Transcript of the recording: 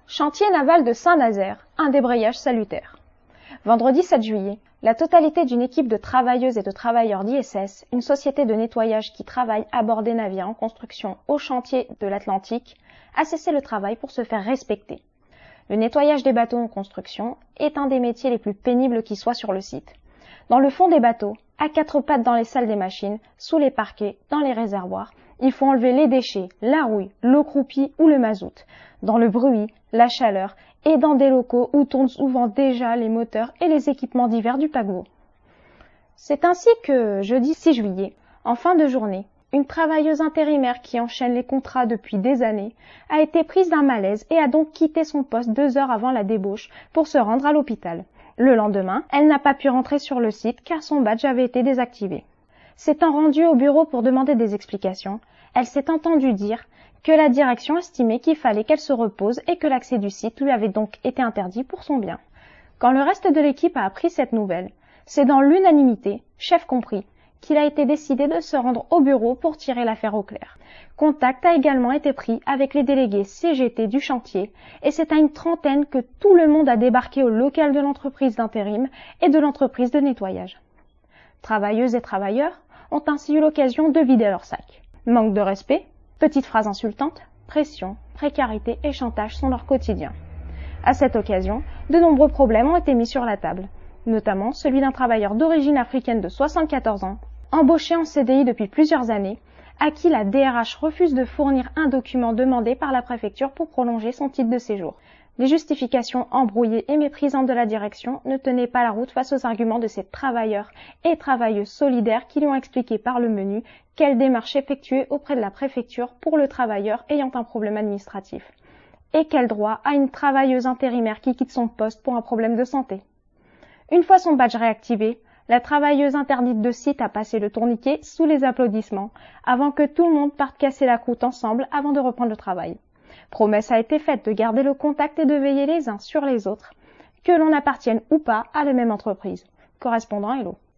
Chantier naval de Saint-Nazaire, un débrayage salutaire. Vendredi 7 juillet, la totalité d'une équipe de travailleuses et de travailleurs d'ISS, une société de nettoyage qui travaille à bord des navires en construction au chantier de l'Atlantique, a cessé le travail pour se faire respecter. Le nettoyage des bateaux en construction est un des métiers les plus pénibles qui soient sur le site. Dans le fond des bateaux, à quatre pattes dans les salles des machines, sous les parquets, dans les réservoirs, il faut enlever les déchets, la rouille, l'eau croupie ou le mazout, dans le bruit, la chaleur et dans des locaux où tournent souvent déjà les moteurs et les équipements divers du paquebot. C'est ainsi que, jeudi 6 juillet, en fin de journée, une travailleuse intérimaire qui enchaîne les contrats depuis des années a été prise d'un malaise et a donc quitté son poste 2 heures avant la débauche pour se rendre à l'hôpital. Le lendemain, elle n'a pas pu rentrer sur le site car son badge avait été désactivé. S'étant rendue au bureau pour demander des explications, elle s'est entendue dire que la direction estimait qu'il fallait qu'elle se repose et que l'accès du site lui avait donc été interdit pour son bien. Quand le reste de l'équipe a appris cette nouvelle, c'est dans l'unanimité, chef compris, qu'il a été décidé de se rendre au bureau pour tirer l'affaire au clair. Contact a également été pris avec les délégués CGT du chantier et c'est à une trentaine que tout le monde a débarqué au local de l'entreprise d'intérim et de l'entreprise de nettoyage. Travailleuses et travailleurs ont ainsi eu l'occasion de vider leur sac. Manque de respect, petites phrases insultantes, pression, précarité et chantage sont leur quotidien. À cette occasion, de nombreux problèmes ont été mis sur la table, notamment celui d'un travailleur d'origine africaine de 74 ans, embauché en CDI depuis plusieurs années, à qui la DRH refuse de fournir un document demandé par la préfecture pour prolonger son titre de séjour. Les justifications embrouillées et méprisantes de la direction ne tenaient pas la route face aux arguments de ces travailleurs et travailleuses solidaires qui lui ont expliqué par le menu quelle démarche effectuer auprès de la préfecture pour le travailleur ayant un problème administratif et quel droit a une travailleuse intérimaire qui quitte son poste pour un problème de santé. Une fois son badge réactivé, la travailleuse interdite de site a passé le tourniquet sous les applaudissements avant que tout le monde parte casser la croûte ensemble avant de reprendre le travail. Promesse a été faite de garder le contact et de veiller les uns sur les autres, que l'on appartienne ou pas à la même entreprise. Correspondant Hello.